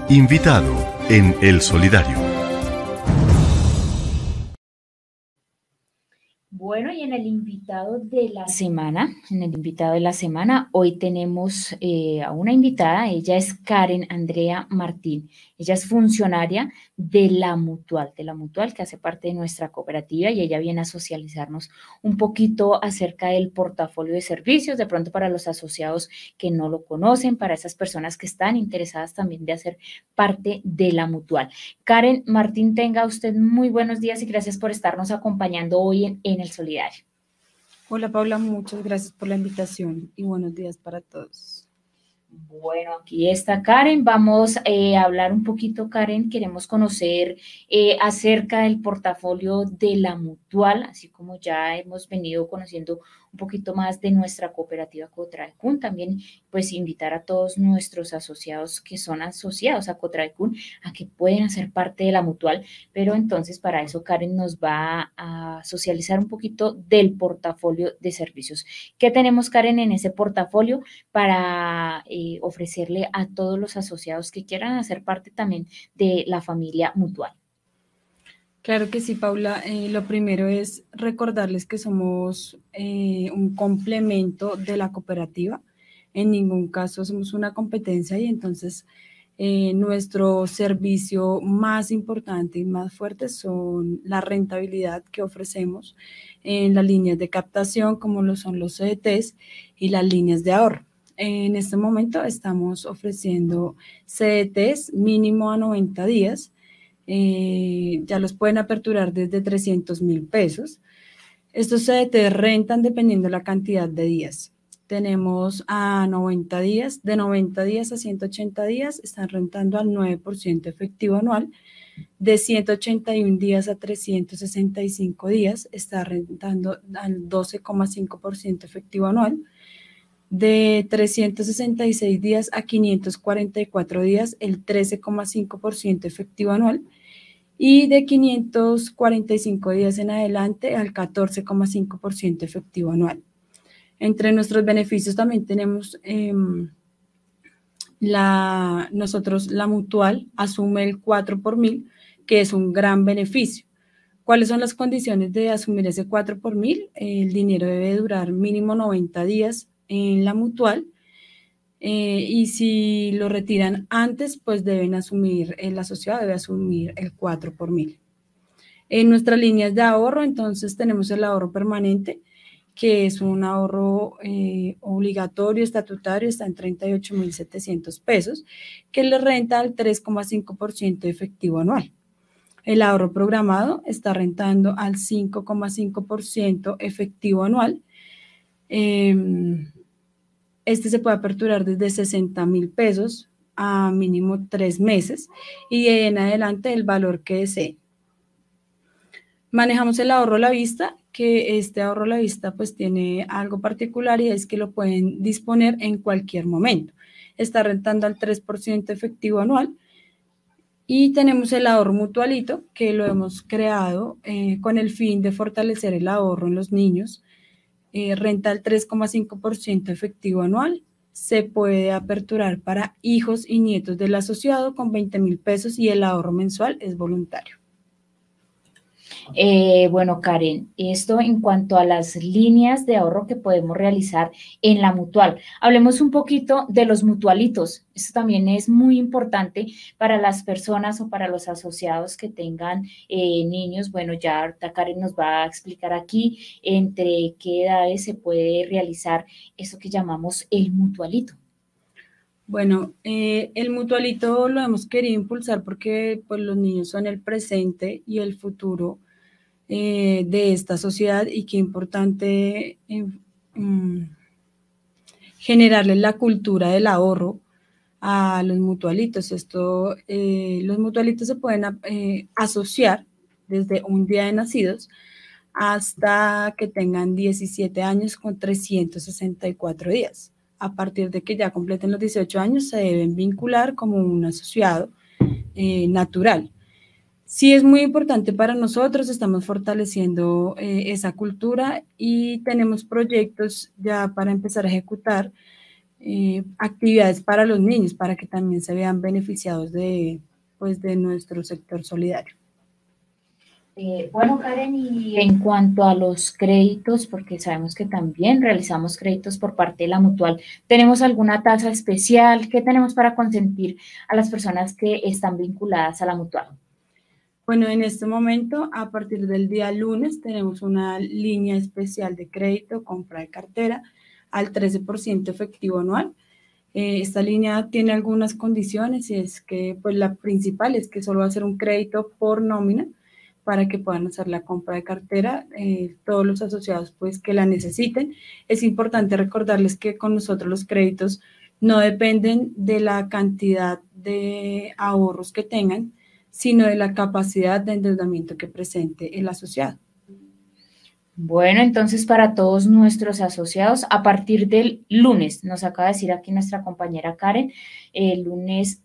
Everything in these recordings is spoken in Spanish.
Invitado en El Solidario. Bueno, y en el invitado de la semana, hoy tenemos a una invitada. Ella es Karen Andrea Martín. Ella es funcionaria de la Mutual que hace parte de nuestra cooperativa, y ella viene a socializarnos un poquito acerca del portafolio de servicios, de pronto para los asociados que no lo conocen, para esas personas que están interesadas también de hacer parte de la Mutual. Karen Martín, tenga usted muy buenos días y gracias por estarnos acompañando hoy en El Solidario. Hola Paula, muchas gracias por la invitación y buenos días para todos. Bueno, aquí está Karen. Vamos a hablar un poquito, Karen. Queremos conocer acerca del portafolio de la Mutual, así como ya hemos venido conociendo un poquito más de nuestra cooperativa Cotraecún. También, pues, invitar a todos nuestros asociados que son asociados a Cotraecún a que pueden hacer parte de la Mutual. Pero entonces, para eso, Karen nos va a socializar un poquito del portafolio de servicios. ¿Qué tenemos, Karen, en ese portafolio para ofrecerle a todos los asociados que quieran hacer parte también de la familia Mutual? Claro que sí, Paula. Lo primero es recordarles que somos un complemento de la cooperativa. En ningún caso somos una competencia, y entonces nuestro servicio más importante y más fuerte son la rentabilidad que ofrecemos en las líneas de captación, como lo son los CDTs y las líneas de ahorro. En este momento estamos ofreciendo CDTs mínimo a 90 días. Ya los pueden aperturar desde 300,000 pesos. Estos CDT rentan dependiendo de la cantidad de días. Tenemos a 90 días, de 90 días a 180 días están rentando al 9% efectivo anual. De 181 días a 365 días está rentando al 12,5% efectivo anual. De 366 días a 544 días, el 13,5% efectivo anual. Y de 545 días en adelante al 14,5% efectivo anual. Entre nuestros beneficios también tenemos la Mutual asume el 4 por mil, que es un gran beneficio. ¿Cuáles son las condiciones de asumir ese 4 por mil? El dinero debe durar mínimo 90 días en la Mutual. Y si lo retiran antes, pues el asociado debe asumir el 4 por mil. En nuestras líneas de ahorro, entonces tenemos el ahorro permanente, que es un ahorro obligatorio, estatutario, está en 38,700 pesos, que le renta al 3,5% efectivo anual. El ahorro programado está rentando al 5,5% efectivo anual. Este se puede aperturar desde 60,000 pesos a mínimo 3 meses y de ahí en adelante el valor que desee. Manejamos el ahorro a la vista, que este ahorro a la vista pues tiene algo particular, y es que lo pueden disponer en cualquier momento. Está rentando al 3% efectivo anual. Y tenemos el ahorro mutualito, que lo hemos creado con el fin de fortalecer el ahorro en los niños. Renta al 3,5% efectivo anual. Se puede aperturar para hijos y nietos del asociado con 20,000 pesos y el ahorro mensual es voluntario. Bueno, Karen, esto en cuanto a las líneas de ahorro que podemos realizar en la Mutual. Hablemos un poquito de los mutualitos. Esto también es muy importante para las personas o para los asociados que tengan niños. Bueno, ya ahorita Karen nos va a explicar aquí entre qué edades se puede realizar eso que llamamos el mutualito. Bueno, el mutualito lo hemos querido impulsar porque pues, los niños son el presente y el futuro de esta sociedad, y qué importante generarles la cultura del ahorro a los mutualitos. Los mutualitos se pueden asociar desde un día de nacidos hasta que tengan 17 años con 364 días. A partir de que ya completen los 18 años, se deben vincular como un asociado natural. Sí, es muy importante para nosotros, estamos fortaleciendo esa cultura y tenemos proyectos ya para empezar a ejecutar actividades para los niños, para que también se vean beneficiados de nuestro sector solidario. Bueno, Karen, y en cuanto a los créditos, porque sabemos que también realizamos créditos por parte de la Mutual, ¿tenemos alguna tasa especial? ¿Qué tenemos para consentir a las personas que están vinculadas a la Mutual? Bueno, en este momento, a partir del día lunes, tenemos una línea especial de crédito, compra de cartera, al 13% efectivo anual. Esta línea tiene algunas condiciones y es que, pues la principal es que solo va a ser un crédito por nómina para que puedan hacer la compra de cartera, todos los asociados pues que la necesiten. Es importante recordarles que con nosotros los créditos no dependen de la cantidad de ahorros que tengan, sino de la capacidad de endeudamiento que presente el asociado. Bueno, entonces para todos nuestros asociados, a partir del lunes, nos acaba de decir aquí nuestra compañera Karen, el lunes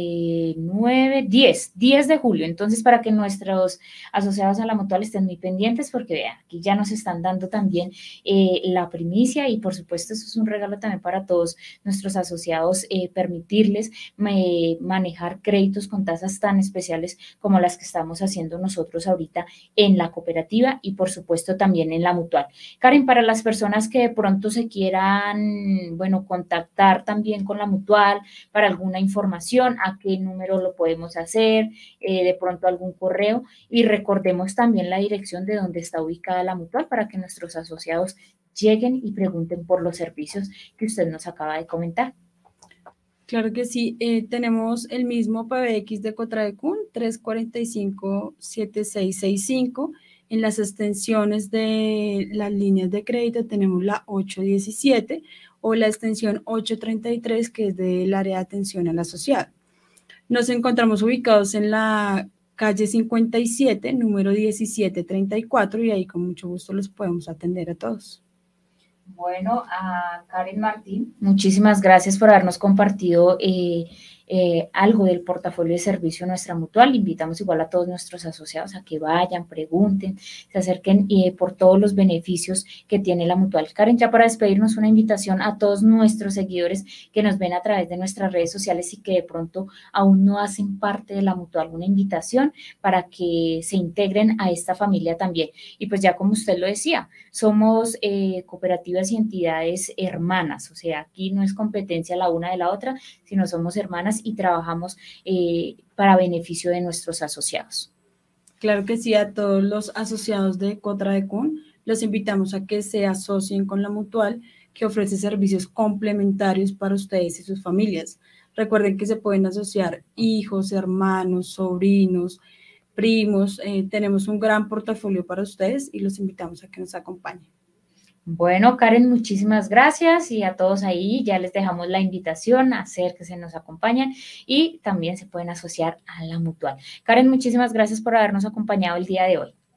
10 de julio. Entonces, para que nuestros asociados a la Mutual estén muy pendientes, porque vean, aquí ya nos están dando también la primicia y por supuesto eso es un regalo también para todos nuestros asociados, permitirles manejar créditos con tasas tan especiales como las que estamos haciendo nosotros ahorita en la cooperativa y por supuesto también en la Mutual. Karen, para las personas que de pronto se quieran, bueno, contactar también con la Mutual para alguna información, a qué número lo podemos hacer, de pronto algún correo, y recordemos también la dirección de donde está ubicada la Mutual para que nuestros asociados lleguen y pregunten por los servicios que usted nos acaba de comentar. Claro que sí, tenemos el mismo PBX de Cotradecún, 345-7665. En las extensiones de las líneas de crédito tenemos la 817 o la extensión 833, que es del área de atención al asociado. Nos encontramos ubicados en la calle 57, número 1734, y ahí con mucho gusto los podemos atender a todos. Bueno, a Karen Martín, muchísimas gracias por habernos compartido algo del portafolio de servicio nuestra Mutual. Invitamos igual a todos nuestros asociados a que vayan, pregunten, se acerquen por todos los beneficios que tiene la Mutual. Karen, ya para despedirnos, una invitación a todos nuestros seguidores que nos ven a través de nuestras redes sociales y que de pronto aún no hacen parte de la Mutual, una invitación para que se integren a esta familia también. Y pues ya como usted lo decía, somos cooperativas y entidades hermanas, o sea, aquí no es competencia la una de la otra, sino somos hermanas y trabajamos para beneficio de nuestros asociados. Claro que sí, a todos los asociados de Cotradecún los invitamos a que se asocien con la Mutual, que ofrece servicios complementarios para ustedes y sus familias. Recuerden que se pueden asociar hijos, hermanos, sobrinos, primos. Tenemos un gran portafolio para ustedes y los invitamos a que nos acompañen. Bueno, Karen, muchísimas gracias y a todos ahí ya les dejamos la invitación a hacer que se nos acompañen y también se pueden asociar a la Mutual. Karen, muchísimas gracias por habernos acompañado el día de hoy.